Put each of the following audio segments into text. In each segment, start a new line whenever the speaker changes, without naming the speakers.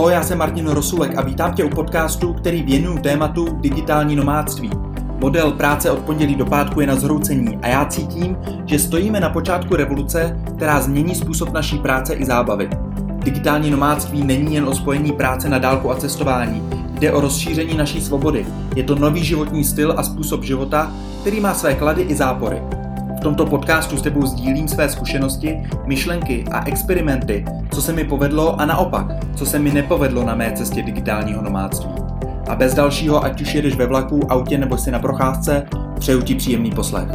Ahoj, já jsem Martin Rosulek a vítám tě u podcastu, který věnuju tématu digitální nomádství. Model práce od pondělí do pátku je na zhroucení a já cítím, že stojíme na počátku revoluce, která změní způsob naší práce i zábavy. Digitální nomádství není jen o spojení práce na dálku a cestování, jde o rozšíření naší svobody. Je to nový životní styl a způsob života, který má své klady i zápory. V tomto podcastu s tebou sdílím své zkušenosti, myšlenky a experimenty, co se mi povedlo a naopak, co se mi nepovedlo na mé cestě digitálního nomádství. A bez dalšího, ať už jedeš ve vlaku, autě nebo si na procházce, přeju ti příjemný poslech.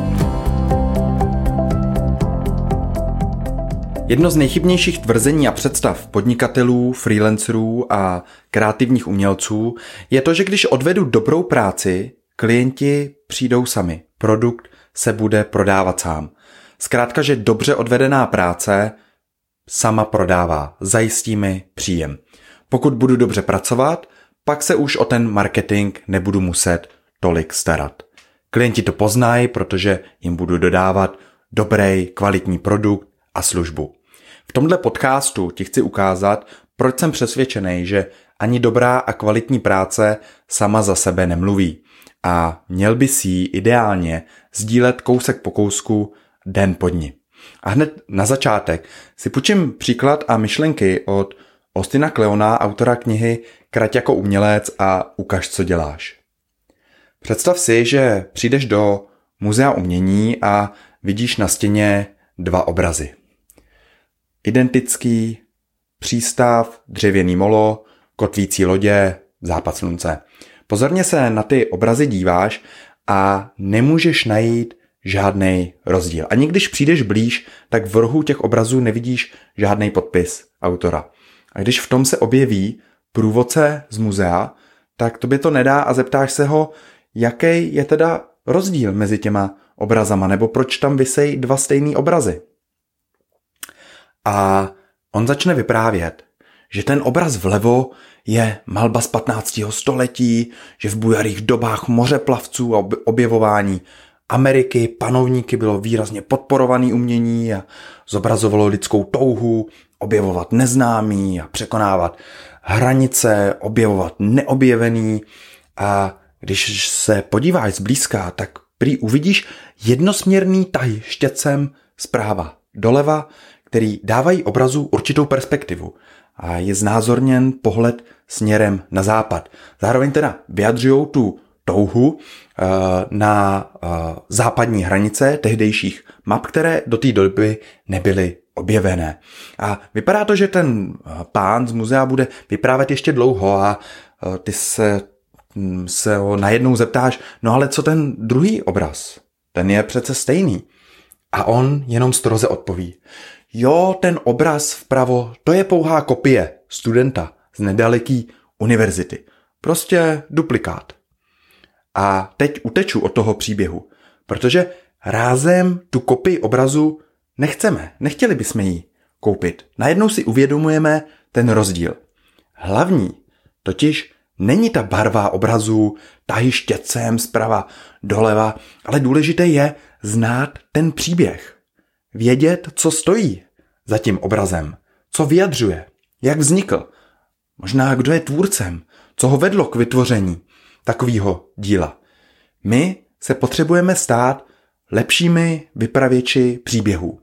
Jedno z nejchybnějších tvrzení a představ podnikatelů, freelancerů a kreativních umělců je to, že když odvedu dobrou práci, klienti přijdou sami. Produkt se bude prodávat sám. Zkrátka, že dobře odvedená práce sama prodává, zajistí mi příjem. Pokud budu dobře pracovat, pak se už o ten marketing nebudu muset tolik starat. Klienti to poznají, protože jim budu dodávat dobrý, kvalitní produkt a službu. V tomhle podcastu ti chci ukázat, proč jsem přesvědčený, že ani dobrá a kvalitní práce sama za sebe nemluví. A měl by si ji ideálně sdílet kousek po kousku, den po dni. A hned na začátek si půjčím příklad a myšlenky od Austina Kleona, autora knihy Krať jako umělec a ukaž, co děláš. Představ si, že přijdeš do muzea umění a vidíš na stěně dva obrazy. Identický přístav, dřevěný molo, kotvící lodě, západ slunce. Pozorně se na ty obrazy díváš a nemůžeš najít žádný rozdíl. Ani když přijdeš blíž, tak v rohu těch obrazů nevidíš žádný podpis autora. A když v tom se objeví průvodce z muzea, tak tobě to nedá a zeptáš se ho, jaký je teda rozdíl mezi těma obrazama, nebo proč tam visejí dva stejný obrazy. A on začne vyprávět, že ten obraz vlevo je malba z 15. století, že v bujarých dobách mořeplavců a objevování Ameriky, panovníky bylo výrazně podporované umění a zobrazovalo lidskou touhu objevovat neznámý a překonávat hranice, objevovat neobjevený. A když se podíváš zblízka, tak prý uvidíš jednosměrný tahy štětcem zprava doleva, který dávají obrazu určitou perspektivu a je znázorněn pohled směrem na západ. Zároveň teda vyjadřují tu touhu na západní hranice tehdejších map, které do té doby nebyly objevené. A vypadá to, že ten pán z muzea bude vyprávět ještě dlouho a ty se ho najednou zeptáš, no ale co ten druhý obraz? Ten je přece stejný. A on jenom stroze odpoví. Jo, ten obraz vpravo, to je pouhá kopie studenta z nedaleký univerzity. Prostě duplikát. A teď uteču od toho příběhu, protože rázem tu kopii obrazu nechtěli bychom ji koupit. Najednou si uvědomujeme ten rozdíl. Hlavní totiž není ta barva obrazu, tahy štětcem zprava doleva, ale důležité je znát ten příběh. Vědět, co stojí za tím obrazem, co vyjadřuje, jak vznikl, možná kdo je tvůrcem, co ho vedlo k vytvoření takového díla. My se potřebujeme stát lepšími vypravěči příběhů.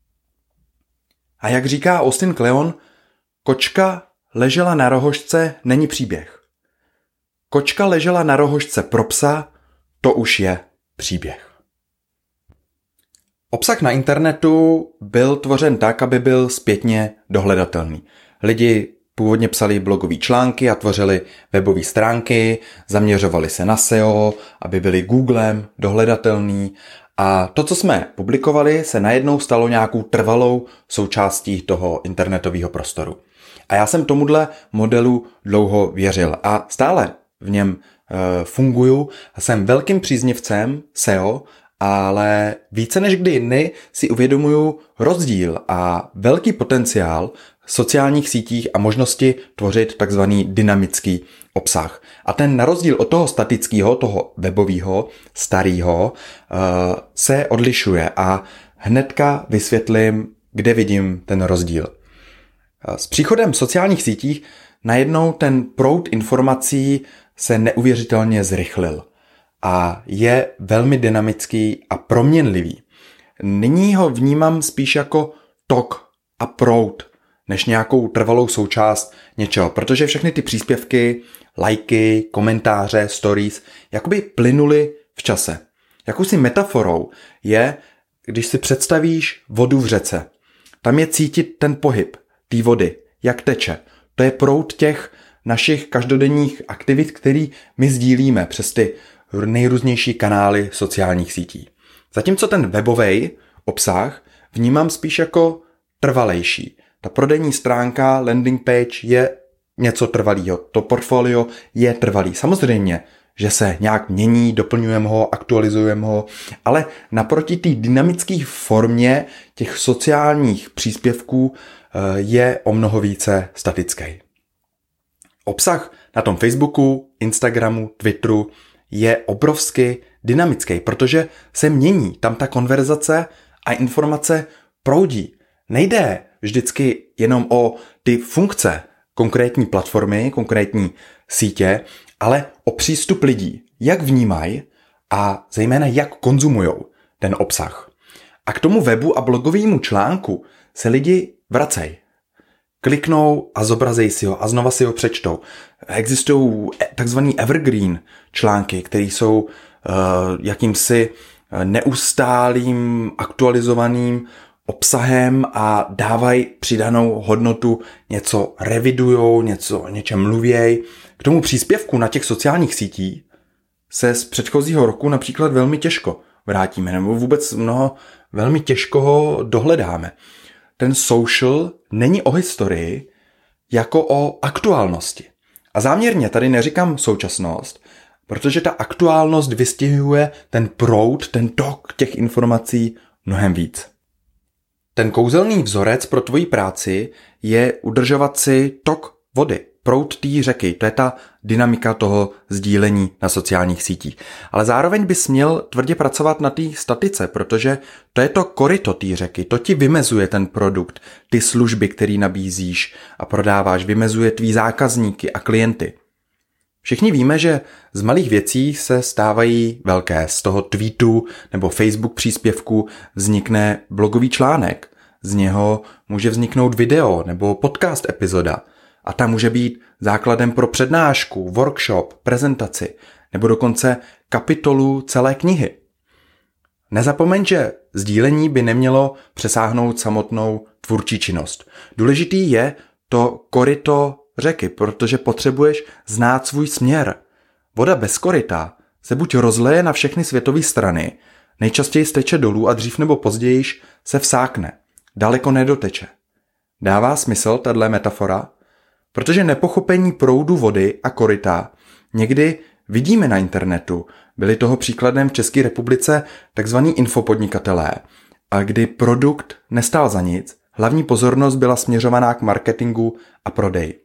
A jak říká Austin Kleon, kočka ležela na rohožce není příběh. Kočka ležela na rohožce pro psa, to už je příběh. Obsah na internetu byl tvořen tak, aby byl zpětně dohledatelný. Lidi původně psali blogové články a tvořili webové stránky, zaměřovali se na SEO, aby byli Googlem dohledatelný a to, co jsme publikovali, se najednou stalo nějakou trvalou součástí toho internetového prostoru. A já jsem tomuhle modelu dlouho věřil a stále v něm funguju a jsem velkým příznivcem SEO, ale více než kdy jindy si uvědomuju rozdíl a velký potenciál sociálních sítích a možnosti tvořit takzvaný dynamický obsah. A ten na rozdíl od toho statického, toho webového, starého, se odlišuje a hnedka vysvětlím, kde vidím ten rozdíl. S příchodem sociálních sítí najednou ten proud informací se neuvěřitelně zrychlil a je velmi dynamický a proměnlivý. Nyní ho vnímám spíš jako tok a proud, než nějakou trvalou součást něčeho, protože všechny ty příspěvky, lajky, komentáře, stories, jakoby plynuly v čase. Jakousi metaforou je, když si představíš vodu v řece. Tam je cítit ten pohyb té vody, jak teče. To je proud těch našich každodenních aktivit, který my sdílíme přes ty nejrůznější kanály sociálních sítí. Zatímco ten webový obsah vnímám spíš jako trvalejší. Ta prodejní stránka, landing page je něco trvalého. To portfolio je trvalý. Samozřejmě, že se nějak mění, doplňujeme ho, aktualizujeme ho, ale naproti té dynamické formě těch sociálních příspěvků je o mnoho více statický. Obsah na tom Facebooku, Instagramu, Twitteru je obrovsky dynamický, protože se mění. Tam ta konverzace a informace proudí. Nejde vždycky jenom o ty funkce konkrétní platformy, konkrétní sítě, ale o přístup lidí, jak vnímají a zejména jak konzumujou ten obsah. A k tomu webu a blogovému článku se lidi vracejí. Kliknou a zobrazí si ho a znova si ho přečtou. Existují takzvaný evergreen články, které jsou jakýmsi neustálým aktualizovaným obsahem a dávají přidanou hodnotu, něco revidujou, o něčem mluvěj. K tomu příspěvku na těch sociálních sítích se z předchozího roku například velmi těžko vrátíme, nebo vůbec velmi těžko ho dohledáme. Ten social není o historii jako o aktuálnosti. A záměrně tady neříkám současnost, protože ta aktuálnost vystihuje ten proud, ten tok těch informací mnohem víc. Ten kouzelný vzorec pro tvoji práci je udržovat si tok vody, proud té řeky. To je ta dynamika toho sdílení na sociálních sítích. Ale zároveň bys měl tvrdě pracovat na té statice, protože to je to koryto té řeky. To ti vymezuje ten produkt, ty služby, který nabízíš a prodáváš, vymezuje tvý zákazníky a klienty. Všichni víme, že z malých věcí se stávají velké. Z toho tweetu nebo Facebook příspěvku vznikne blogový článek. Z něho může vzniknout video nebo podcast epizoda. A ta může být základem pro přednášku, workshop, prezentaci nebo dokonce kapitolu celé knihy. Nezapomeň, že sdílení by nemělo přesáhnout samotnou tvůrčí činnost. Důležitý je to koryto řeky, protože potřebuješ znát svůj směr. Voda bez koryta se buď rozleje na všechny světové strany, nejčastěji steče dolů a dřív nebo později se vsákne. Daleko nedoteče. Dává smysl tato metafora? Protože nepochopení proudu vody a koryta někdy vidíme na internetu. Byli toho příkladem v České republice takzvaní infopodnikatelé, a kdy produkt nestál za nic, hlavní pozornost byla směřovaná k marketingu a prodeji.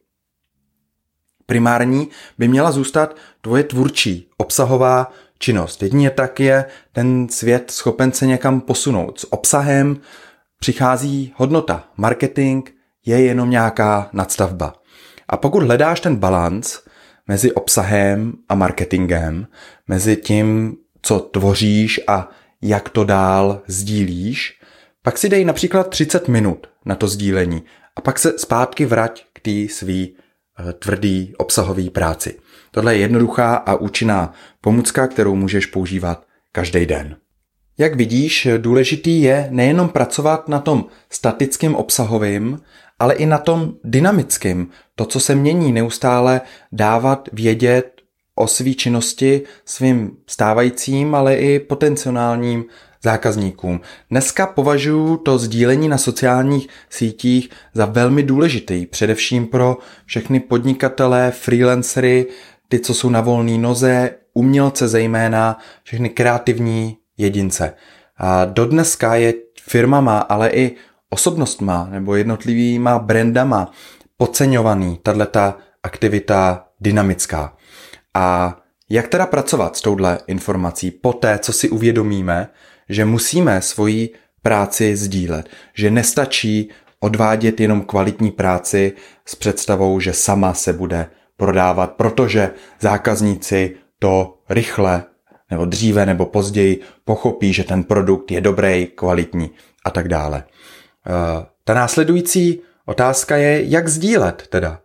Primární by měla zůstat tvoje tvůrčí, obsahová činnost. Jedině tak je ten svět schopen se někam posunout. S obsahem přichází hodnota. Marketing je jenom nějaká nadstavba. A pokud hledáš ten balanc mezi obsahem a marketingem, mezi tím, co tvoříš a jak to dál sdílíš, pak si dej například 30 minut na to sdílení a pak se zpátky vrať k té svý tvrdý obsahový práci. Tohle je jednoduchá a účinná pomůcka, kterou můžeš používat každý den. Jak vidíš, důležitý je nejenom pracovat na tom statickém obsahovým, ale i na tom dynamickém. To, co se mění, neustále dávat vědět o své činnosti svým stávajícím, ale i potenciálním zákazníkům. Dneska považuji to sdílení na sociálních sítích za velmi důležitý, především pro všechny podnikatele, freelancery, ty, co jsou na volné noze, umělce zejména, všechny kreativní jedince. A dodneska je firmama, ale i osobnostma nebo jednotlivýma brandama podceňovaný tato aktivita dynamická. A jak teda pracovat s touhle informací poté, co si uvědomíme, že musíme svoji práci sdílet, že nestačí odvádět jenom kvalitní práci s představou, že sama se bude prodávat, protože zákazníci to rychle nebo dříve nebo později pochopí, že ten produkt je dobrý, kvalitní a tak dále. Ta následující otázka je, jak sdílet teda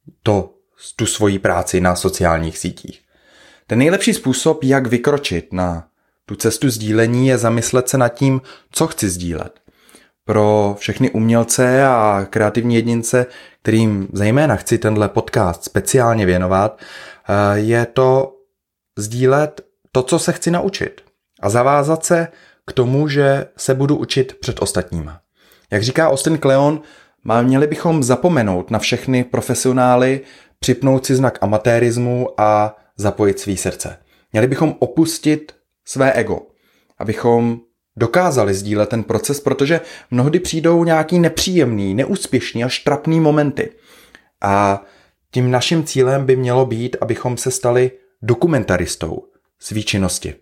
tu svoji práci na sociálních sítích. Ten nejlepší způsob, jak vykročit na tu cestu sdílení, je zamyslet se nad tím, co chci sdílet. Pro všechny umělce a kreativní jedince, kterým zejména chci tenhle podcast speciálně věnovat, je to sdílet to, co se chci naučit a zavázat se k tomu, že se budu učit před ostatníma. Jak říká Austin Kleon, měli bychom zapomenout na všechny profesionály, připnout si znak amatérismu a zapojit svý srdce. Měli bychom opustit své ego, abychom dokázali sdílet ten proces, protože mnohdy přijdou nějaký nepříjemný, neúspěšný až trapný momenty. A tím naším cílem by mělo být, abychom se stali dokumentaristou své činnosti.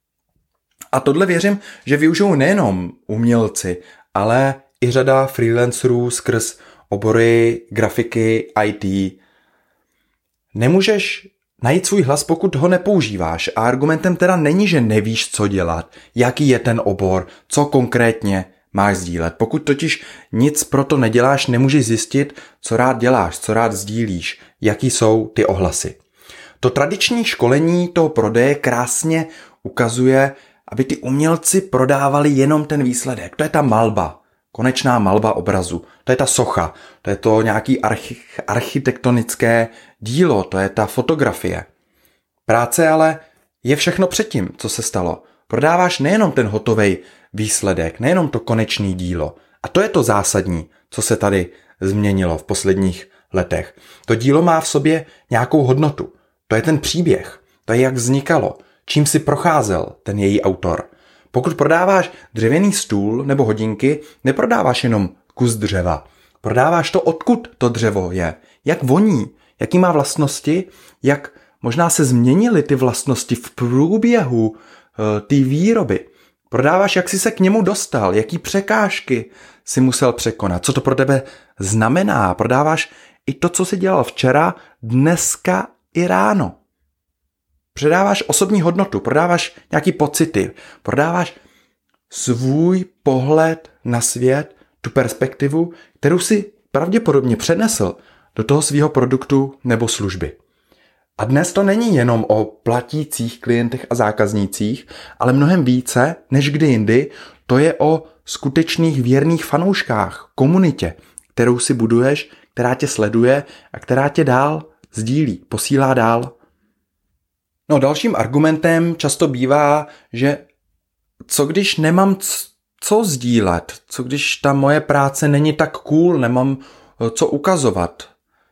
A tohle věřím, že využijou nejenom umělci, ale i řada freelancerů skrz obory grafiky, IT. Nemůžeš najít svůj hlas, pokud ho nepoužíváš. A argumentem teda není, že nevíš, co dělat, jaký je ten obor, co konkrétně máš sdílet. Pokud totiž nic pro to neděláš, nemůžeš zjistit, co rád děláš, co rád sdílíš, jaký jsou ty ohlasy. To tradiční školení toho prodeje krásně ukazuje, aby ty umělci prodávali jenom ten výsledek. To je ta malba, konečná malba obrazu. To je ta socha, to je to nějaký architektonické dílo, to je ta fotografie. Práce ale je všechno předtím, co se stalo. Prodáváš nejenom ten hotový výsledek, nejenom to konečné dílo. A to je to zásadní, co se tady změnilo v posledních letech. To dílo má v sobě nějakou hodnotu. To je ten příběh, to je jak vznikalo, čím si procházel ten její autor. Pokud prodáváš dřevěný stůl nebo hodinky, neprodáváš jenom kus dřeva. Prodáváš to, odkud to dřevo je, jak voní, jaký má vlastnosti, jak možná se změnily ty vlastnosti v průběhu té výroby. Prodáváš, jak jsi se k němu dostal, jaký překážky si musel překonat, co to pro tebe znamená. Prodáváš i to, co jsi dělal včera, dneska i ráno. Předáváš osobní hodnotu, prodáváš nějaký pocity, prodáváš svůj pohled na svět, tu perspektivu, kterou si pravděpodobně přenesl do toho svého produktu nebo služby. A dnes to není jenom o platících klientech a zákaznících, ale mnohem více než kdy jindy, to je o skutečných věrných fanouškách, komunitě, kterou si buduješ, která tě sleduje a která tě dál sdílí, posílá dál. No, dalším argumentem často bývá, že co když nemám co sdílet, co když ta moje práce není tak cool, nemám co ukazovat.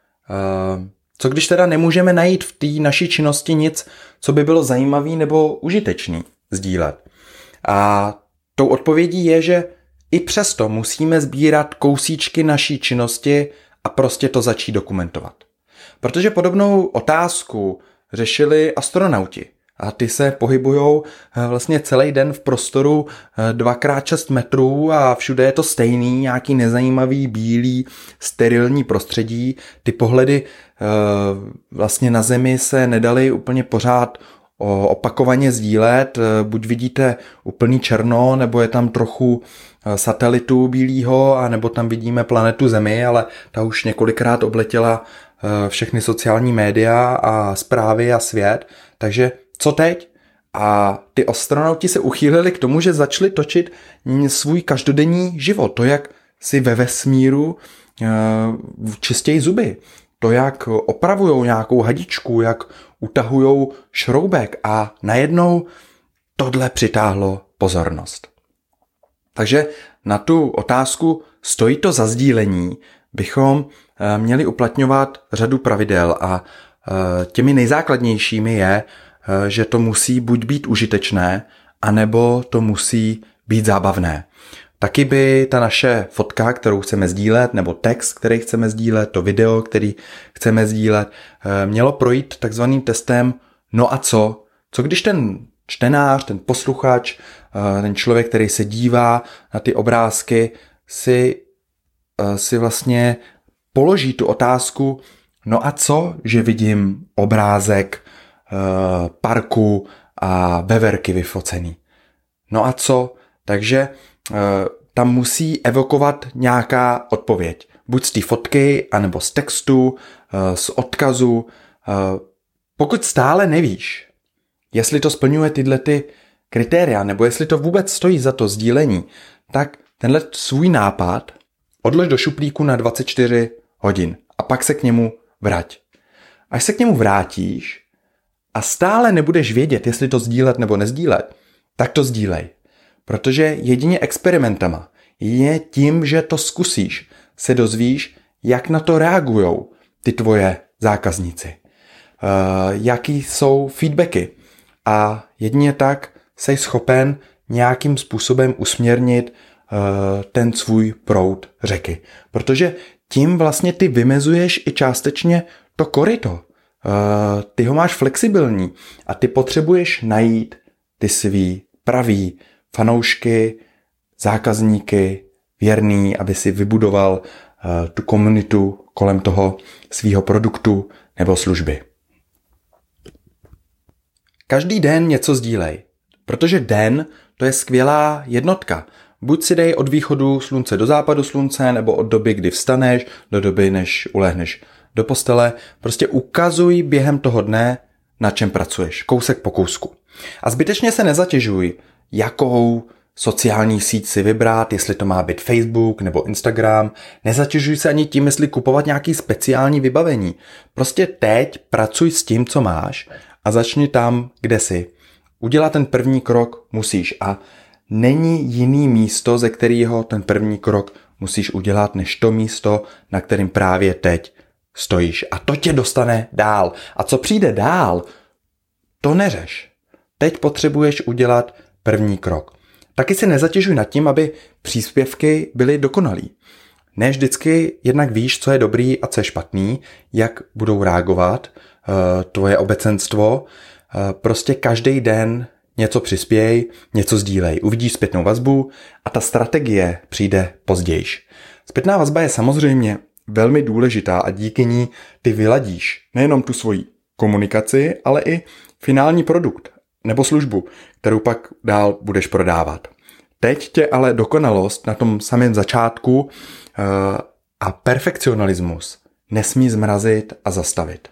Co když teda nemůžeme najít v té naší činnosti nic, co by bylo zajímavý nebo užitečný sdílet. A tou odpovědí je, že i přesto musíme sbírat kousíčky naší činnosti a prostě to začít dokumentovat. Protože podobnou otázku řešili astronauti. A ty se pohybujou vlastně celý den v prostoru 2x6 metrů a všude je to stejný, nějaký nezajímavý, bílý, sterilní prostředí. Ty pohledy vlastně na Zemi se nedaly úplně pořád opakovaně sdílet. Buď vidíte úplný černo, nebo je tam trochu satelitu bílýho, a nebo tam vidíme planetu Zemi, ale ta už několikrát obletěla všechny sociální média a zprávy a svět. Takže co teď? A ty astronauti se uchýlili k tomu, že začali točit svůj každodenní život. To, jak si ve vesmíru čistějí zuby. To, jak opravujou nějakou hadičku, jak utahujou šroubek. A najednou tohle přitáhlo pozornost. Takže na tu otázku, stojí to za sdílení, bychom měli uplatňovat řadu pravidel a těmi nejzákladnějšími je, že to musí buď být užitečné, anebo to musí být zábavné. Taky by ta naše fotka, kterou chceme sdílet, nebo text, který chceme sdílet, to video, který chceme sdílet, mělo projít takzvaným testem no a co? Co když ten čtenář, ten posluchač, ten člověk, který se dívá na ty obrázky, si si vlastně položí tu otázku, no a co, že vidím obrázek parku a veverky vyfocený. No a co? Takže tam musí evokovat nějaká odpověď. Buď z té fotky, anebo z textu, z odkazu. Pokud stále nevíš, jestli to splňuje tyhle ty kritéria, nebo jestli to vůbec stojí za to sdílení, tak tenhle svůj nápad odlož do šuplíku na 24 hodin a pak se k němu vrať. Až se k němu vrátíš a stále nebudeš vědět, jestli to sdílet nebo nezdílet, tak to sdílej. Protože jedině experimentama, jedině tím, že to zkusíš, se dozvíš, jak na to reagujou ty tvoje zákazníci. Jaký jsou feedbacky. A jedině tak jsi schopen nějakým způsobem usměrnit ten svůj proud řeky. Protože tím vlastně ty vymezuješ i částečně to koryto. Ty ho máš flexibilní a ty potřebuješ najít ty svý pravý fanoušky, zákazníky, věrný, aby si vybudoval tu komunitu kolem toho svýho produktu nebo služby. Každý den něco sdílej, protože den to je skvělá jednotka. Buď si dej od východu slunce do západu slunce, nebo od doby, kdy vstaneš, do doby, než ulehneš do postele. Prostě ukazuj během toho dne, na čem pracuješ, kousek po kousku. A zbytečně se nezatěžuj, jakou sociální síť si vybrat, jestli to má být Facebook nebo Instagram. Nezatěžuj se ani tím, jestli kupovat nějaký speciální vybavení. Prostě teď pracuj s tím, co máš a začni tam, kde jsi. Udělat ten první krok musíš a není jiný místo, ze kterého ten první krok musíš udělat, než to místo, na kterém právě teď stojíš. A to tě dostane dál. A co přijde dál, to neřeš. Teď potřebuješ udělat první krok. Taky se nezatěžuj nad tím, aby příspěvky byly dokonalý. Ne vždycky jednak víš, co je dobrý a co je špatný, jak budou reagovat tvoje obecenstvo. Prostě každý den něco přispěj, něco sdílej, uvidíš zpětnou vazbu a ta strategie přijde pozdějiš. Zpětná vazba je samozřejmě velmi důležitá a díky ní ty vyladíš nejenom tu svoji komunikaci, ale i finální produkt nebo službu, kterou pak dál budeš prodávat. Teď tě ale dokonalost na tom samém začátku a perfekcionalismus nesmí zmrazit a zastavit.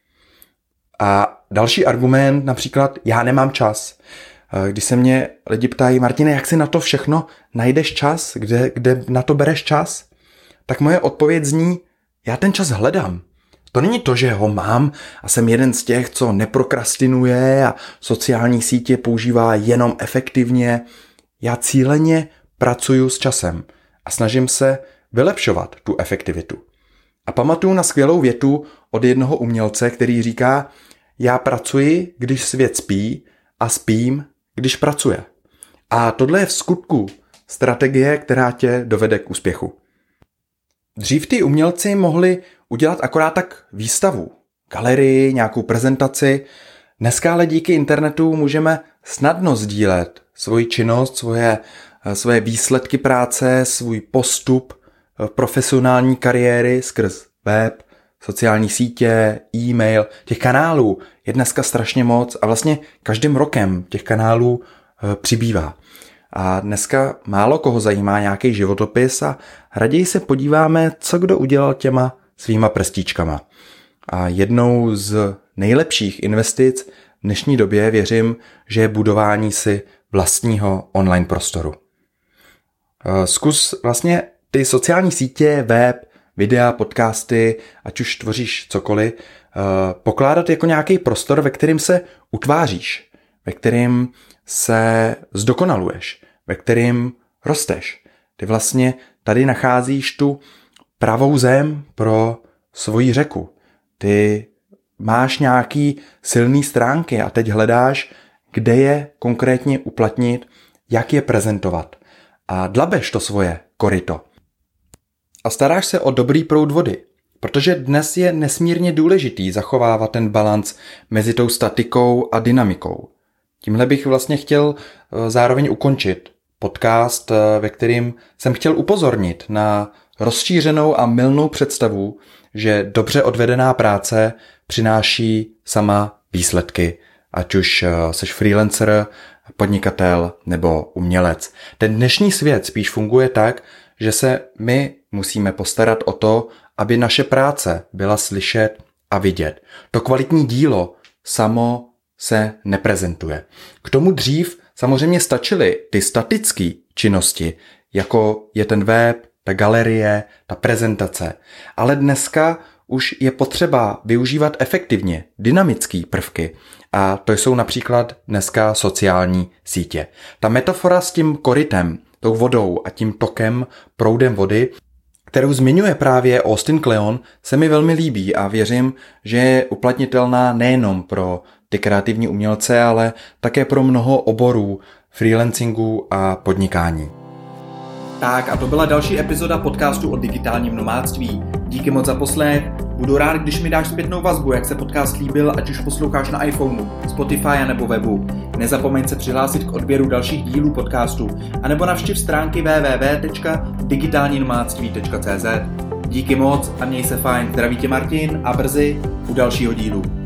A další argument, například já nemám čas. Když se mě lidi ptají, Martine, jak si na to všechno najdeš čas, kde na to bereš čas, tak moje odpověď zní, já ten čas hledám. To není to, že ho mám a jsem jeden z těch, co neprokrastinuje a sociální sítě používá jenom efektivně. Já cíleně pracuju s časem a snažím se vylepšovat tu efektivitu. A pamatuju na skvělou větu od jednoho umělce, který říká, já pracuji, když svět spí a spím, když pracuje. A tohle je v skutku strategie, která tě dovede k úspěchu. Dřív ty umělci mohli udělat akorát tak výstavu, galerii, nějakou prezentaci. Dneska ale díky internetu můžeme snadno sdílet svoji činnost, svoje výsledky práce, svůj postup profesionální kariéry skrz web, sociální sítě, e-mail. Těch kanálů je dneska strašně moc a vlastně každým rokem těch kanálů přibývá. A dneska málo koho zajímá nějaký životopis a raději se podíváme, co kdo udělal těma svýma prstíčkama. A jednou z nejlepších investic v dnešní době věřím, že je budování si vlastního online prostoru. Zkus vlastně ty sociální sítě, web, videa, podcasty, ať už tvoříš cokoliv, pokládat jako nějaký prostor, ve kterém se utváříš, ve kterém se zdokonaluješ, ve kterém rosteš. Ty vlastně tady nacházíš tu pravou zem pro svoji řeku. Ty máš nějaký silný stránky a teď hledáš, kde je konkrétně uplatnit, jak je prezentovat. A dlabeš to svoje koryto. A staráš se o dobrý proud vody, protože dnes je nesmírně důležitý zachovávat ten balanc mezi tou statikou a dynamikou. Tímhle bych vlastně chtěl zároveň ukončit podcast, ve kterým jsem chtěl upozornit na rozšířenou a mylnou představu, že dobře odvedená práce přináší sama výsledky, ať už seš freelancer, podnikatel nebo umělec. Ten dnešní svět spíš funguje tak, že se my musíme postarat o to, aby naše práce byla slyšet a vidět. To kvalitní dílo samo se neprezentuje. K tomu dřív samozřejmě stačily ty statické činnosti, jako je ten web, ta galerie, ta prezentace. Ale dneska už je potřeba využívat efektivně dynamické prvky a to jsou například dneska sociální sítě. Ta metafora s tím korytem, tou vodou a tím tokem, proudem vody, kterou zmiňuje právě Austin Kleon, se mi velmi líbí a věřím, že je uplatnitelná nejenom pro ty kreativní umělce, ale také pro mnoho oborů freelancingu a podnikání. Tak a to byla další epizoda podcastu o digitálním nomádství. Díky moc za poslech. Budu rád, když mi dáš zpětnou vazbu, jak se podcast líbil, ať už posloucháš na iPhoneu, Spotify nebo webu. Nezapomeň se přihlásit k odběru dalších dílů podcastu anebo navštiv stránky www.digitalninomádství.cz. Díky moc a měj se fajn. Zdraví tě Martin a brzy u dalšího dílu.